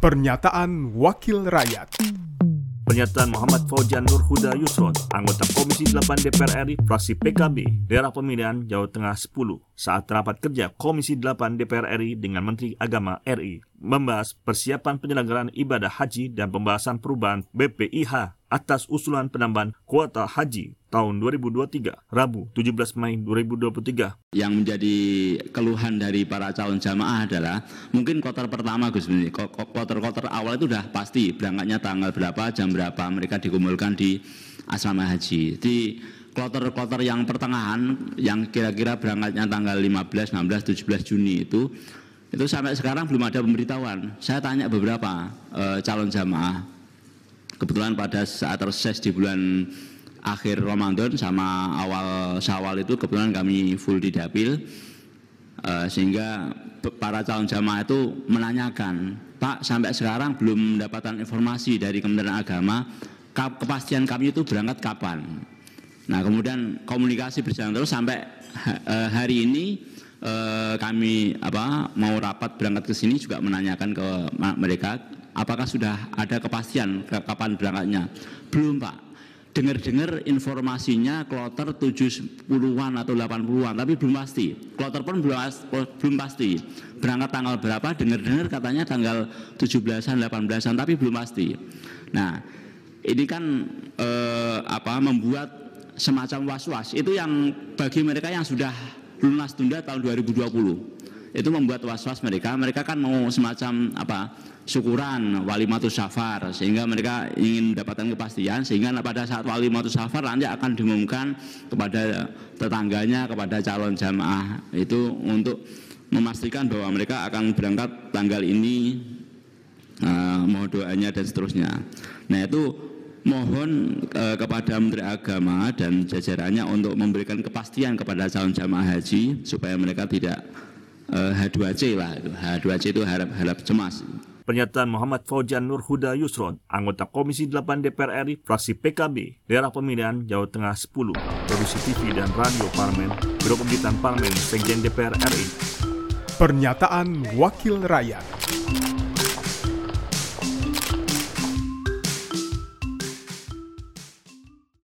Pernyataan Wakil Rakyat. Pernyataan Muhammad Fauzian Nur Huda Yusron, anggota Komisi 8 DPR RI, fraksi PKB, daerah pemilihan Jawa Tengah 10, saat rapat kerja Komisi 8 DPR RI dengan Menteri Agama RI, membahas persiapan penyelenggaraan ibadah haji dan pembahasan perubahan BPIH atas usulan penambahan kuota haji tahun 2023, Rabu 17 Mei 2023. Yang menjadi keluhan dari para calon jamaah adalah mungkin kloter pertama, Gus, kloter awal itu udah pasti berangkatnya tanggal berapa, jam berapa, mereka dikumpulkan di asrama haji. Di kloter-kloter yang pertengahan, yang kira-kira berangkatnya tanggal 15, 16, 17 Juni itu sampai sekarang belum ada pemberitahuan. Saya tanya beberapa calon jamaah, kebetulan pada saat reses di bulan akhir Ramadan sama awal Syawal itu kebetulan kami full di Dapil, sehingga para calon jamaah itu menanyakan, Pak, sampai sekarang belum mendapatkan informasi dari Kementerian Agama, kepastian kami itu berangkat kapan. Nah, kemudian komunikasi berjalan terus sampai hari ini kami mau rapat berangkat ke sini juga menanyakan ke mereka, apakah sudah ada kepastian kapan berangkatnya? Belum, Pak. Dengar-dengar informasinya kloter 70-an atau 80-an, tapi belum pasti. Kloter pun belum pasti. Berangkat tanggal berapa, dengar-dengar katanya tanggal 17-an, 18-an, tapi belum pasti. Nah, ini kan membuat semacam was-was. Itu yang bagi mereka yang sudah lunas tunda tahun 2020. Itu membuat was-was mereka. Mereka kan mau semacam syukuran walimatus safar, sehingga mereka ingin mendapatkan kepastian, sehingga pada saat walimatus safar nanti akan diumumkan kepada tetangganya, kepada calon jamaah itu untuk memastikan bahwa mereka akan berangkat tanggal ini, mohon doanya dan seterusnya. Nah, itu mohon kepada Menteri Agama dan jajarannya untuk memberikan kepastian kepada calon jamaah haji supaya mereka tidak H2C lah. H2C itu harap cemas. Pernyataan Muhammad Fauzian Nur Huda Yusron, anggota Komisi 8 DPR RI, fraksi PKB, daerah pemilihan Jawa Tengah 10, produksi TV dan radio Parlemen, Biro Pemberitaan Parlemen, Sekjen DPR RI. Pernyataan Wakil Rakyat.